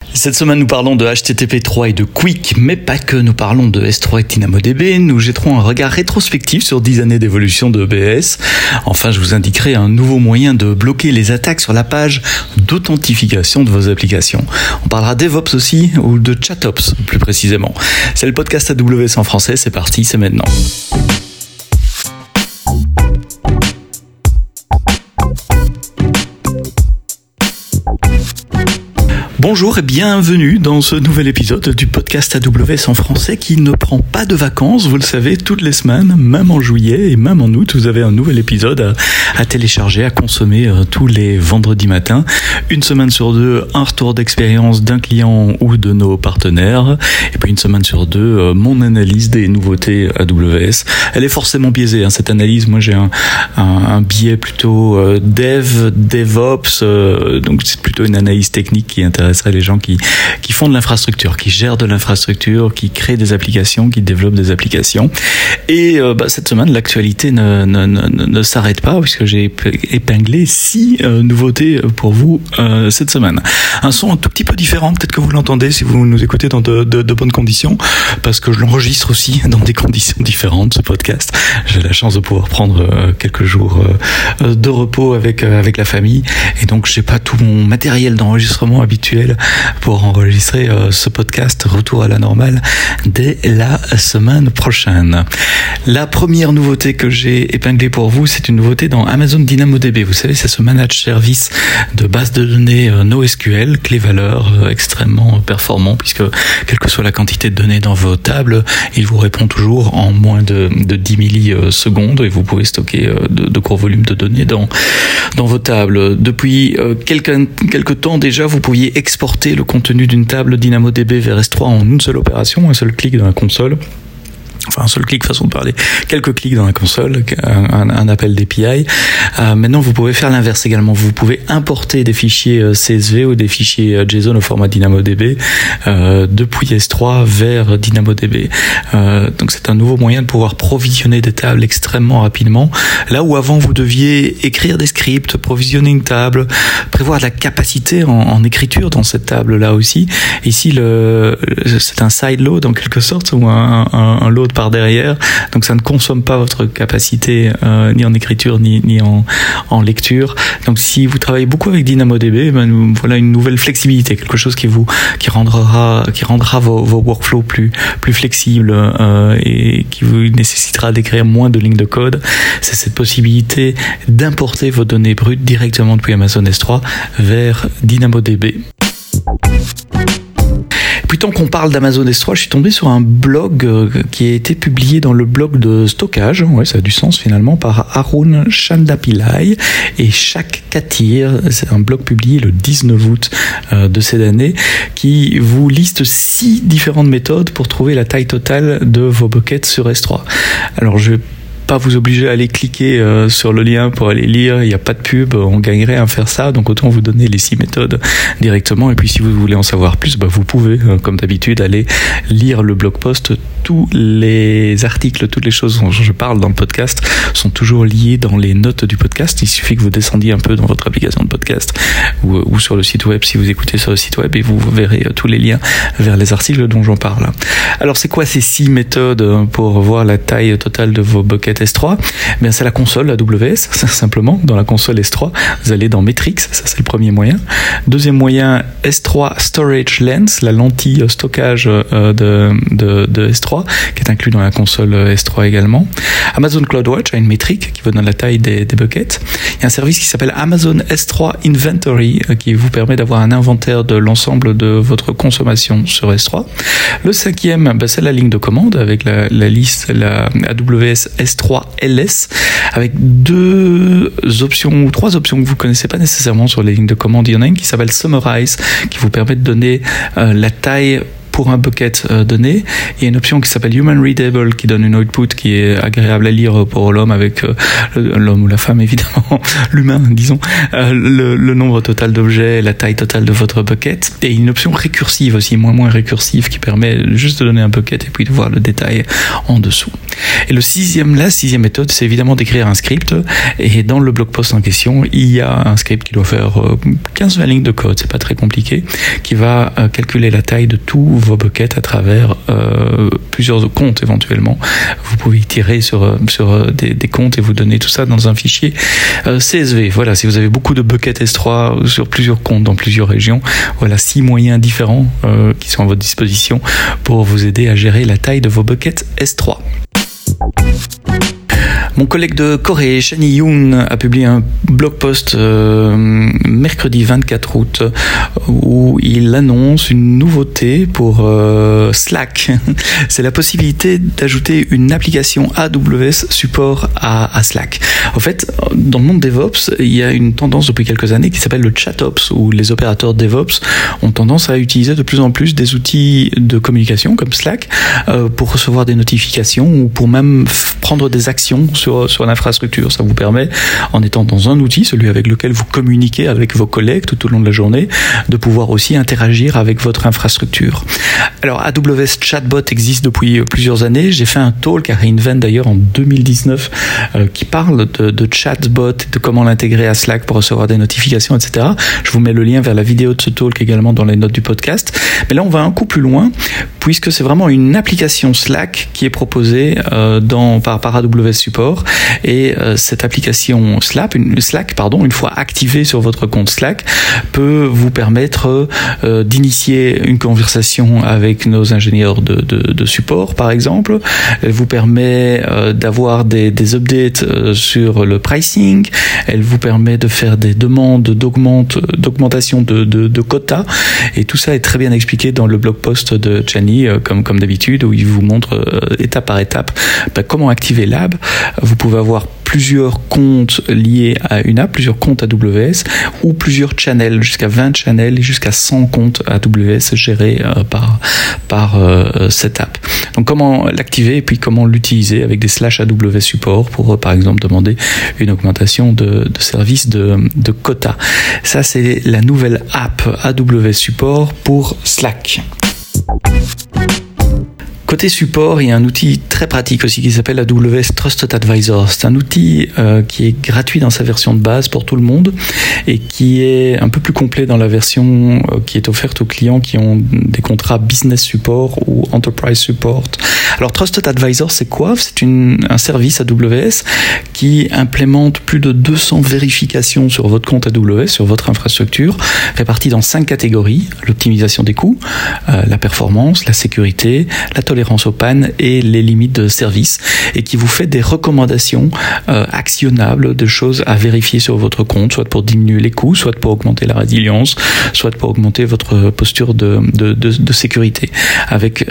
Cette semaine, nous parlons de HTTP3 et de Quick, mais pas que. Nous parlons de S3 et DynamoDB. Nous jetterons un regard rétrospectif sur 10 années d'évolution de EBS. Enfin, je vous indiquerai un nouveau moyen de bloquer les attaques sur la page d'authentification de vos applications. On parlera DevOps aussi, ou de ChatOps, plus précisément. C'est le podcast AWS en français. C'est parti, c'est maintenant. Bonjour et bienvenue dans ce nouvel épisode du podcast AWS en français qui ne prend pas de vacances, vous le savez, toutes les semaines, même en juillet et même en août, vous avez un nouvel épisode à télécharger, à consommer tous les vendredis matins. Une semaine sur deux, un retour d'expérience d'un client ou de nos partenaires, et puis une semaine sur deux, mon analyse des nouveautés AWS. Elle est forcément biaisée, cette analyse. Moi j'ai un biais plutôt DevOps, donc c'est plutôt une analyse technique qui intéresserait les gens qui font de l'infrastructure, qui gèrent de l'infrastructure, qui créent des applications, qui développent des applications. Et cette semaine, l'actualité ne s'arrête pas puisque j'ai épinglé 6 nouveautés pour vous cette semaine. Un son un tout petit peu différent, peut-être que vous l'entendez si vous nous écoutez dans de bonnes conditions, parce que je l'enregistre aussi dans des conditions différentes, ce podcast. J'ai la chance de pouvoir prendre quelques jours de repos avec la famille, et donc j'ai pas tout mon matériel d'enregistrement habituel pour enregistrer ce podcast Retour à la normale dès la semaine prochaine. La première nouveauté que j'ai épinglée pour vous, c'est une nouveauté dans Amazon DynamoDB. Vous savez, c'est ce managed service de base de données NoSQL, clé-valeur, extrêmement performant, puisque quelle que soit la quantité de données dans vos tables, il vous répond toujours en moins de 10 millisecondes, et vous pouvez stocker de gros volumes de données dans vos tables. Depuis quelques temps déjà, vous pouviez exporter le contenu d'une table DynamoDB vers S3 en une seule opération, un seul clic dans la console. Enfin, un seul clic, façon de parler, quelques clics dans la console, un appel d'API. Maintenant, vous pouvez faire l'inverse également. Vous pouvez importer des fichiers CSV ou des fichiers JSON au format DynamoDB depuis S3 vers DynamoDB. Donc, c'est un nouveau moyen de pouvoir provisionner des tables extrêmement rapidement. Là où avant, vous deviez écrire des scripts, provisionner une table, prévoir de la capacité en écriture dans cette table-là aussi. Ici, c'est un side load en quelque sorte, ou un load par derrière, donc ça ne consomme pas votre capacité ni en écriture ni en lecture. Donc si vous travaillez beaucoup avec DynamoDB, voilà une nouvelle flexibilité, quelque chose qui rendra vos workflows plus flexibles et qui vous nécessitera d'écrire moins de lignes de code. C'est cette possibilité d'importer vos données brutes directement depuis Amazon S3 vers DynamoDB. Puis tant qu'on parle d'Amazon S3, je suis tombé sur un blog qui a été publié dans le blog de stockage, ouais, ça a du sens finalement, par Arun Chandapillai et Shak Katir. C'est un blog publié le 19 août de cette année qui vous liste 6 différentes méthodes pour trouver la taille totale de vos buckets sur S3. Alors je vais pas vous obliger à aller cliquer sur le lien pour aller lire, il n'y a pas de pub, on gagnerait à faire ça, donc autant vous donner les 6 méthodes directement. Et puis si vous voulez en savoir plus, vous pouvez comme d'habitude aller lire le blog post. Tous les articles, toutes les choses dont je parle dans le podcast sont toujours liées dans les notes du podcast. Il suffit que vous descendiez un peu dans votre application de podcast ou sur le site web si vous écoutez sur le site web, et vous verrez tous les liens vers les articles dont j'en parle. Alors c'est quoi ces 6 méthodes pour voir la taille totale de vos buckets S3? Bien, c'est la console AWS, simplement. Dans la console S3, vous allez dans Metrics, ça c'est le premier moyen. Deuxième moyen, S3 Storage Lens, la lentille stockage de S3, qui est inclus dans la console S3 également. Amazon CloudWatch a une métrique qui vous donne la taille des buckets. Il y a un service qui s'appelle Amazon S3 Inventory qui vous permet d'avoir un inventaire de l'ensemble de votre consommation sur S3. Le cinquième, c'est la ligne de commande avec la liste, la AWS S3 LS, avec 2 options ou 3 options que vous connaissez pas nécessairement sur les lignes de commande. Il y en a une qui s'appelle Summarize, qui vous permet de donner la taille pour un bucket donné. Il y a une option qui s'appelle Human Readable qui donne une output qui est agréable à lire pour l'homme avec l'homme ou la femme évidemment, l'humain disons, le nombre total d'objets, la taille totale de votre bucket, et une option récursive aussi, moins récursive, qui permet juste de donner un bucket et puis de voir le détail en dessous. Et la sixième méthode, c'est évidemment d'écrire un script, et dans le blog post en question, il y a un script qui doit faire 15-20 lignes de code, c'est pas très compliqué, qui va calculer la taille de tous vos buckets à travers plusieurs comptes éventuellement. Vous pouvez tirer sur des comptes et vous donner tout ça dans un fichier CSV. Voilà, si vous avez beaucoup de buckets S3 sur plusieurs comptes dans plusieurs régions, voilà 6 moyens différents qui sont à votre disposition pour vous aider à gérer la taille de vos buckets S3. Mon collègue de Corée, Shani Yoon, a publié un blog post mercredi 24 août où il annonce une nouveauté pour Slack. C'est la possibilité d'ajouter une application AWS support à Slack. En fait, dans le monde DevOps, il y a une tendance depuis quelques années qui s'appelle le ChatOps, où les opérateurs DevOps ont tendance à utiliser de plus en plus des outils de communication comme Slack pour recevoir des notifications ou pour même prendre des actions sur l'infrastructure. Ça vous permet, en étant dans un outil, celui avec lequel vous communiquez avec vos collègues tout au long de la journée, de pouvoir aussi interagir avec votre infrastructure. Alors, AWS Chatbot existe depuis plusieurs années. J'ai fait un talk à reInvent d'ailleurs en 2019 qui parle de chatbot, de comment l'intégrer à Slack pour recevoir des notifications, etc. Je vous mets le lien vers la vidéo de ce talk également dans les notes du podcast. Mais là, on va un coup plus loin, puisque c'est vraiment une application Slack qui est proposée par AWS Support. Et cette application Slack, une fois activée sur votre compte Slack, peut vous permettre d'initier une conversation avec nos ingénieurs de support, par exemple. Elle vous permet d'avoir des updates sur le pricing. Elle vous permet de faire des demandes d'augmentation de quotas. Et tout ça est très bien expliqué dans le blog post de Chani, comme d'habitude, où il vous montre étape par étape comment activer l'app. Vous pouvez avoir plusieurs comptes liés à une app, plusieurs comptes AWS ou plusieurs channels, jusqu'à 20 channels et jusqu'à 100 comptes AWS gérés par cette app. Donc comment l'activer et puis comment l'utiliser avec des /AWS support pour par exemple demander une augmentation de service de quota. Ça c'est la nouvelle app AWS support pour Slack. Côté support, il y a un outil très pratique aussi qui s'appelle AWS Trusted Advisor. C'est un outil qui est gratuit dans sa version de base pour tout le monde et qui est un peu plus complet dans la version qui est offerte aux clients qui ont des contrats Business Support ou Enterprise Support. Alors Trusted Advisor, c'est quoi ? C'est un service AWS qui implémente plus de 200 vérifications sur votre compte AWS, sur votre infrastructure, réparties dans 5 catégories: l'optimisation des coûts, la performance, la sécurité, la tolérance aux pannes et les limites de service, et qui vous fait des recommandations actionnables de choses à vérifier sur votre compte, soit pour diminuer les coûts, soit pour augmenter la résilience, soit pour augmenter votre posture de sécurité, avec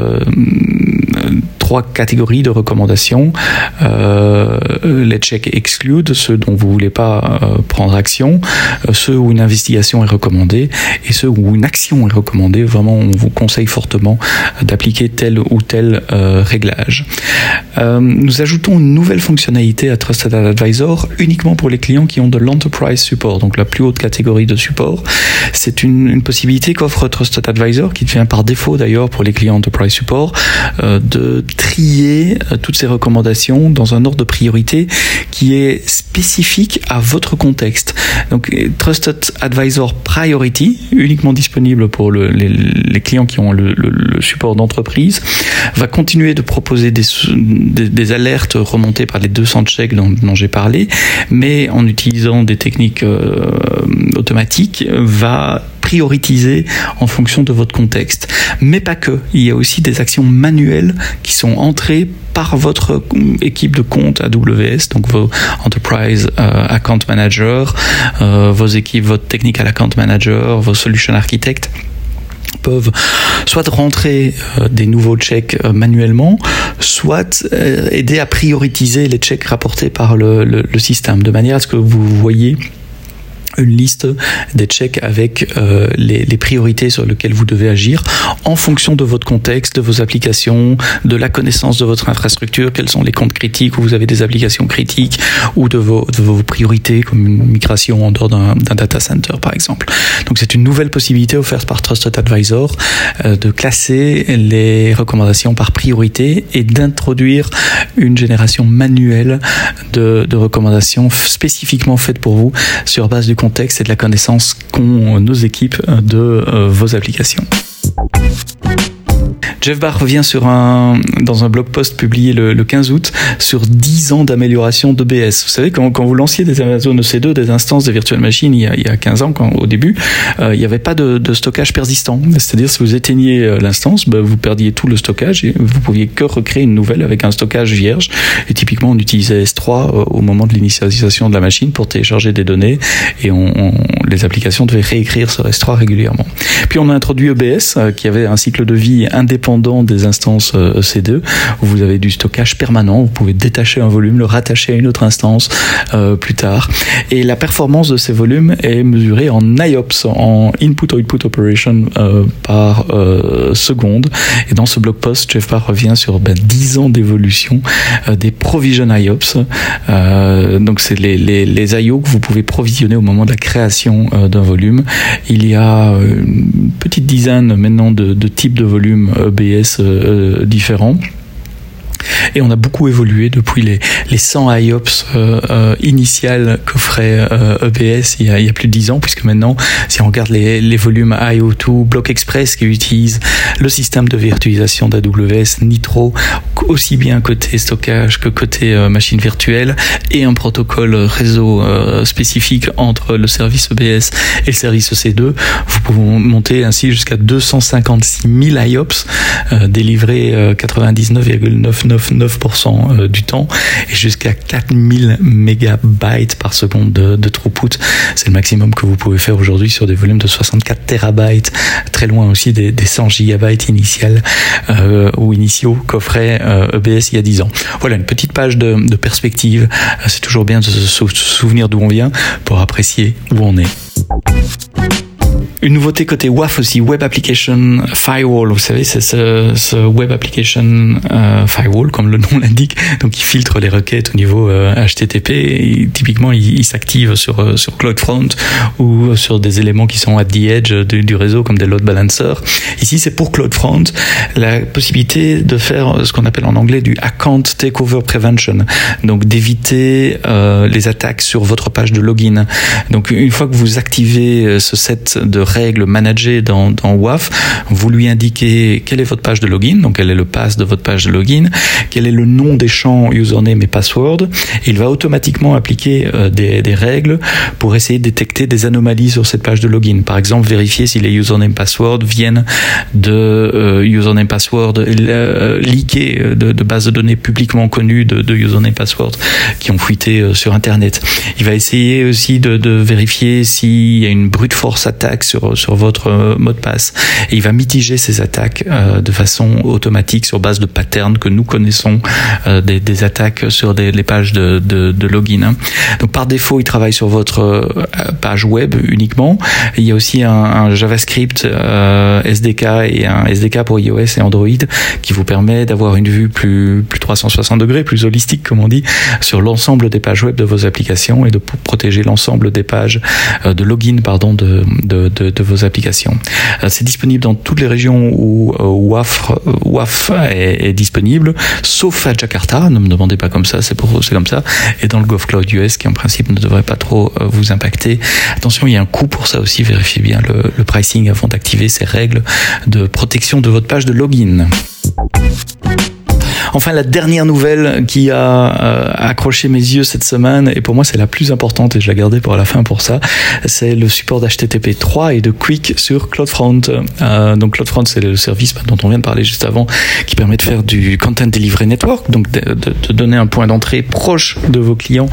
3 catégories de recommandations: les check exclude, ceux dont vous voulez pas prendre action, ceux où une investigation est recommandée, et ceux où une action est recommandée. Vraiment, on vous conseille fortement d'appliquer tel ou tel réglage. Nous ajoutons une nouvelle fonctionnalité à Trusted Advisor uniquement pour les clients qui ont de l'Enterprise Support, donc la plus haute catégorie de support. C'est une possibilité qu'offre Trusted Advisor, qui devient par défaut d'ailleurs pour les clients Enterprise Support, de trier toutes ces recommandations dans un ordre de priorité qui est spécifique à votre contexte. Donc Trusted Advisor Priority, uniquement disponible pour les clients qui ont le support d'entreprise, va continuer de proposer des alertes remontées par les 200 checks dont j'ai parlé, mais en utilisant des techniques automatiques, va prioriser en fonction de votre contexte. Mais pas que. Il y a aussi des actions manuelles qui sont entrées par votre équipe de compte AWS, donc vos Enterprise Account Manager, vos équipes, votre Technical Account Manager, vos Solution Architects, peuvent soit rentrer des nouveaux checks manuellement, soit aider à prioriser les checks rapportés par le système, de manière à ce que vous voyez une liste des checks avec les priorités sur lesquelles vous devez agir en fonction de votre contexte, de vos applications, de la connaissance de votre infrastructure, quels sont les comptes critiques où vous avez des applications critiques ou de vos priorités comme une migration en dehors d'un data center par exemple. Donc c'est une nouvelle possibilité offerte par Trusted Advisor de classer les recommandations par priorité et d'introduire une génération manuelle de recommandations spécifiquement faites pour vous sur base du contexte et de la connaissance qu'ont nos équipes de vos applications. Jeff Barr revient dans un blog post publié le 15 août sur 10 ans d'amélioration d'EBS. Vous savez, quand vous lanciez des Amazon EC2, des instances de virtual machines il y a 15 ans, au début, il n'y avait pas de stockage persistant. C'est-à-dire, si vous éteigniez l'instance, vous perdiez tout le stockage et vous pouviez que recréer une nouvelle avec un stockage vierge. Et typiquement, on utilisait S3 au moment de l'initialisation de la machine pour télécharger des données et les applications devaient réécrire sur S3 régulièrement. Puis on a introduit EBS qui avait un cycle de vie indépendant des instances EC2 où vous avez du stockage permanent, vous pouvez détacher un volume, le rattacher à une autre instance plus tard, et la performance de ces volumes est mesurée en IOPS, en Input Output Operation par seconde. Et dans ce blog post, Jeff Barr revient sur 10 ans d'évolution des provision IOPS. Donc c'est les IO que vous pouvez provisionner au moment de la création d'un volume. Il y a une petite dizaine maintenant de types de volumes EBS différents. Et on a beaucoup évolué depuis les 100 IOPS initiales qu'offrait EBS il y a plus de 10 ans, puisque maintenant, si on regarde les volumes IO2, Block Express qui utilise le système de virtualisation d'AWS Nitro, aussi bien côté stockage que côté machine virtuelle, et un protocole réseau spécifique entre le service EBS et le service EC2, vous pouvez monter ainsi jusqu'à 256 000 IOPS délivrés 99,999% du temps et jusqu'à 4000 mégabytes par seconde de throughput. C'est le maximum que vous pouvez faire aujourd'hui sur des volumes de 64 terabytes, très loin aussi des 100 gigabytes initiales ou initiaux qu'offrait EBS il y a 10 ans. Voilà une petite page de perspective. C'est toujours bien de se souvenir d'où on vient pour apprécier où on est. Une nouveauté côté WAF aussi, Web Application Firewall. Vous savez, c'est ce Web Application Firewall, comme le nom l'indique, donc il filtre les requêtes au niveau HTTP. Et typiquement, il s'active sur CloudFront ou sur des éléments qui sont at the edge du réseau, comme des load balancers. Ici, c'est pour CloudFront la possibilité de faire ce qu'on appelle en anglais du Account Takeover Prevention, donc d'éviter les attaques sur votre page de login. Donc, une fois que vous activez ce set de règles managées dans WAF, vous lui indiquez quelle est votre page de login, donc quel est le pass de votre page de login, quel est le nom des champs username et password. Il va automatiquement appliquer des règles pour essayer de détecter des anomalies sur cette page de login. Par exemple, vérifier si les username password viennent de username password leakés de bases de données publiquement connues de username password qui ont fuité sur Internet. Il va essayer aussi de vérifier s'il y a une brute force attaque sur votre mot de passe. Et il va mitiger ces attaques de façon automatique sur base de patterns que nous connaissons des attaques sur les pages de login. Donc par défaut, il travaille sur votre page web uniquement. Il y a aussi un JavaScript SDK et un SDK pour iOS et Android qui vous permet d'avoir une vue plus 360 degrés, plus holistique comme on dit, sur l'ensemble des pages web de vos applications et de protéger l'ensemble des pages de login de vos applications. C'est disponible dans toutes les régions où WAF est disponible, sauf à Jakarta. Ne me demandez pas comme ça, c'est comme ça. Et dans le GovCloud US qui en principe ne devrait pas trop vous impacter. Attention, il y a un coût pour ça aussi. Vérifiez bien le pricing avant d'activer ces règles de protection de votre page de login. Enfin, la dernière nouvelle qui a accroché mes yeux cette semaine, et pour moi c'est la plus importante et je la gardais pour la fin pour ça, c'est le support d'HTTP 3 et de Quick sur CloudFront. Donc CloudFront, c'est le service dont on vient de parler juste avant, qui permet de faire du Content Delivery Network, donc de donner un point d'entrée proche de vos clients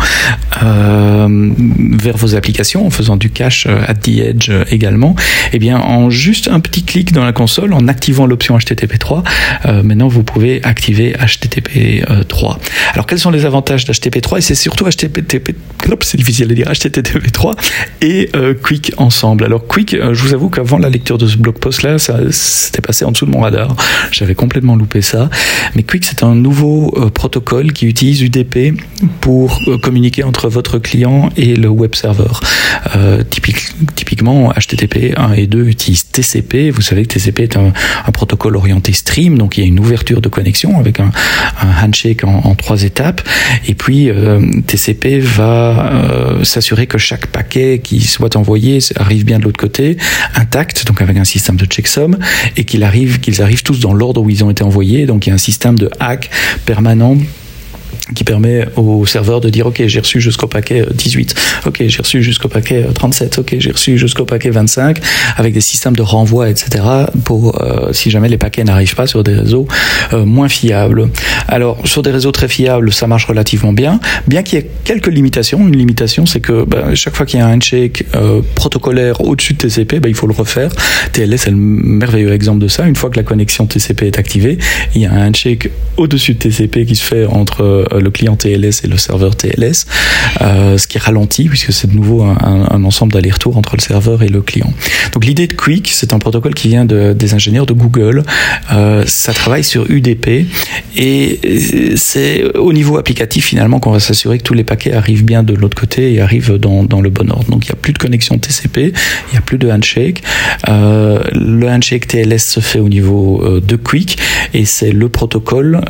vers vos applications, en faisant du cache at the edge également. Et bien, en juste un petit clic dans la console, en activant l'option HTTP 3, maintenant vous pouvez activer HTTP 3. Alors quels sont les avantages d'HTTP 3? Et c'est surtout c'est difficile de dire, HTTP 3 et Quick ensemble. Alors Quick, je vous avoue qu'avant la lecture de ce blog post là, ça s'était passé en dessous de mon radar. J'avais complètement loupé ça. Mais Quick, c'est un nouveau protocole qui utilise UDP pour communiquer entre votre client et le web serveur. Typiquement, HTTP 1 et 2 utilisent TCP. Vous savez que TCP est un protocole orienté stream, donc il y a une ouverture de connexion avec un handshake en 3 étapes. Et puis TCP va s'assurer que chaque paquet qui soit envoyé arrive bien de l'autre côté, intact, donc avec un système de checksum, et qu'ils arrivent tous dans l'ordre où ils ont été envoyés. Donc il y a un système de hack permanent qui permet au serveur de dire ok, j'ai reçu jusqu'au paquet 18, ok, j'ai reçu jusqu'au paquet 37, ok, j'ai reçu jusqu'au paquet 25, avec des systèmes de renvoi, etc. pour si jamais les paquets n'arrivent pas sur des réseaux moins fiables. Alors sur des réseaux très fiables, ça marche relativement bien qu'il y ait quelques limitations. Une limitation, c'est que chaque fois qu'il y a un handshake protocolaire au-dessus de TCP, il faut le refaire. TLS est le merveilleux exemple de ça. Une fois que la connexion TCP est activée, il y a un handshake au-dessus de TCP qui se fait entre le client TLS et le serveur TLS, ce qui ralentit puisque c'est de nouveau un ensemble d'allers-retours entre le serveur et le client. Donc l'idée de Quick, c'est un protocole qui vient des ingénieurs de Google. Ça travaille sur UDP et c'est au niveau applicatif finalement qu'on va s'assurer que tous les paquets arrivent bien de l'autre côté et arrivent dans le bon ordre. Donc il n'y a plus de connexion TCP, il n'y a plus de handshake. Le handshake TLS se fait au niveau de Quick et c'est le protocole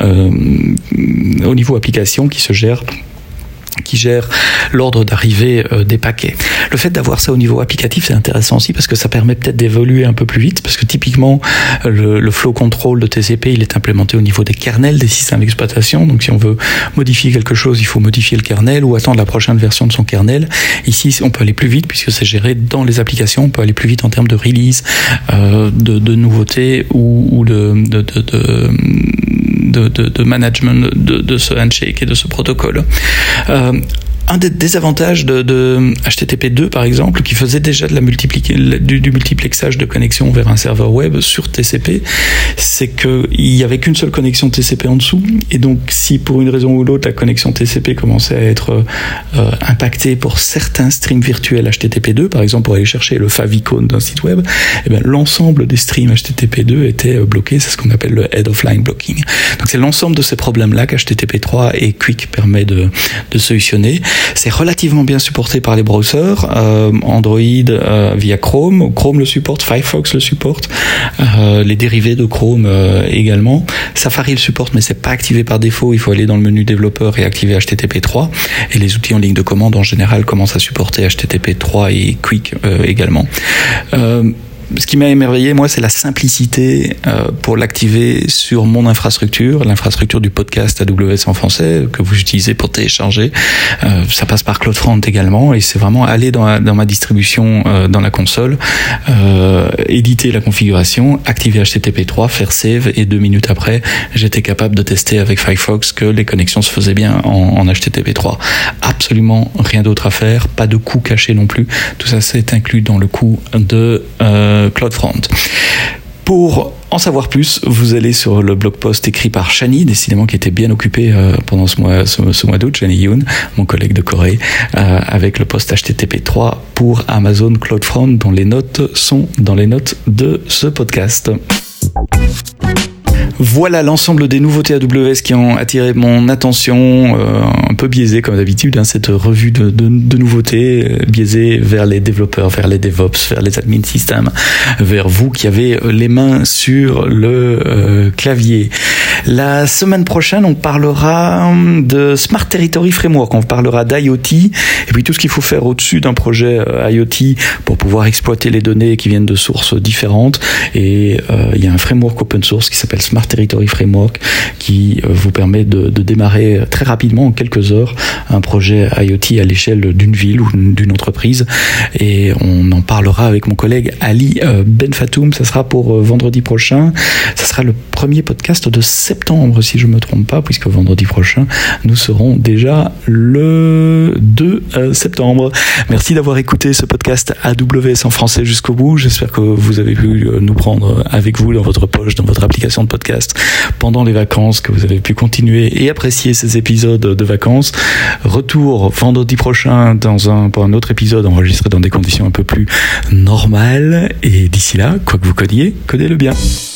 au niveau applicatif qui gère l'ordre d'arrivée des paquets. Le fait d'avoir ça au niveau applicatif, c'est intéressant aussi parce que ça permet peut-être d'évoluer un peu plus vite, parce que typiquement le flow control de TCP, il est implémenté au niveau des kernels, des systèmes d'exploitation. Donc si on veut modifier quelque chose, il faut modifier le kernel ou attendre la prochaine version de son kernel. Ici, on peut aller plus vite puisque c'est géré dans les applications. On peut aller plus vite en termes de release, de nouveautés ou de management de ce handshake et de ce protocole. Un des désavantages de HTTP 2, par exemple, qui faisait déjà du multiplexage de connexions vers un serveur web sur TCP, c'est qu'il n'y avait qu'une seule connexion TCP en dessous. Et donc, si pour une raison ou l'autre, la connexion TCP commençait à être impactée pour certains streams virtuels HTTP 2, par exemple, pour aller chercher le favicon d'un site web, l'ensemble des streams HTTP 2 étaient bloqués. C'est ce qu'on appelle le head-of-line blocking. Donc, c'est l'ensemble de ces problèmes-là qu'HTTP 3 et Quick permet de solutionner. C'est relativement bien supporté par les browsers, Android via Chrome le supporte, Firefox le supporte, les dérivés de Chrome également. Safari le supporte, mais c'est pas activé par défaut. Il faut aller dans le menu développeur et activer HTTP 3. Et les outils en ligne de commande en général commencent à supporter HTTP 3 et Quick également. Ce qui m'a émerveillé, moi, c'est la simplicité pour l'activer sur mon infrastructure, l'infrastructure du podcast AWS en français que vous utilisez pour télécharger. Ça passe par CloudFront également, et c'est vraiment aller dans ma distribution dans la console, éditer la configuration, activer HTTP 3, faire save, et 2 minutes après, j'étais capable de tester avec Firefox que les connexions se faisaient bien en HTTP 3. Absolument rien d'autre à faire, pas de coût caché non plus. Tout ça, c'est inclus dans le coût de CloudFront. Pour en savoir plus, vous allez sur le blog post écrit par Shani, décidément qui était bien occupé pendant ce mois d'août, Shani Yoon, mon collègue de Corée, avec le post HTTP 3 pour Amazon CloudFront, dont les notes sont dans les notes de ce podcast. Voilà l'ensemble des nouveautés AWS qui ont attiré mon attention, un peu biaisée comme d'habitude, cette revue de nouveautés, biaisée vers les développeurs, vers les DevOps, vers les admin systèmes, vers vous qui avez les mains sur le clavier. La semaine prochaine, on parlera de Smart Territory Framework, on parlera d'IoT, et puis tout ce qu'il faut faire au-dessus d'un projet IoT pour pouvoir exploiter les données qui viennent de sources différentes. Et il y a un framework open source qui s'appelle Smart Territory Framework qui vous permet de démarrer très rapidement, en quelques heures, un projet IoT à l'échelle d'une ville ou d'une entreprise. Et on en parlera avec mon collègue Ali Benfatoum. Ça sera pour vendredi prochain. Ça sera le premier podcast de septembre, si je me trompe pas, puisque vendredi prochain, nous serons déjà le 2 septembre. Merci d'avoir écouté ce podcast AWS en français jusqu'au bout. J'espère que vous avez pu nous prendre avec vous dans votre poche, dans votre application de podcast pendant les vacances, que vous avez pu continuer et apprécier ces épisodes de vacances. Retour vendredi prochain pour un autre épisode enregistré dans des conditions un peu plus normales. Et d'ici là, quoi que vous codiez, codez-le bien.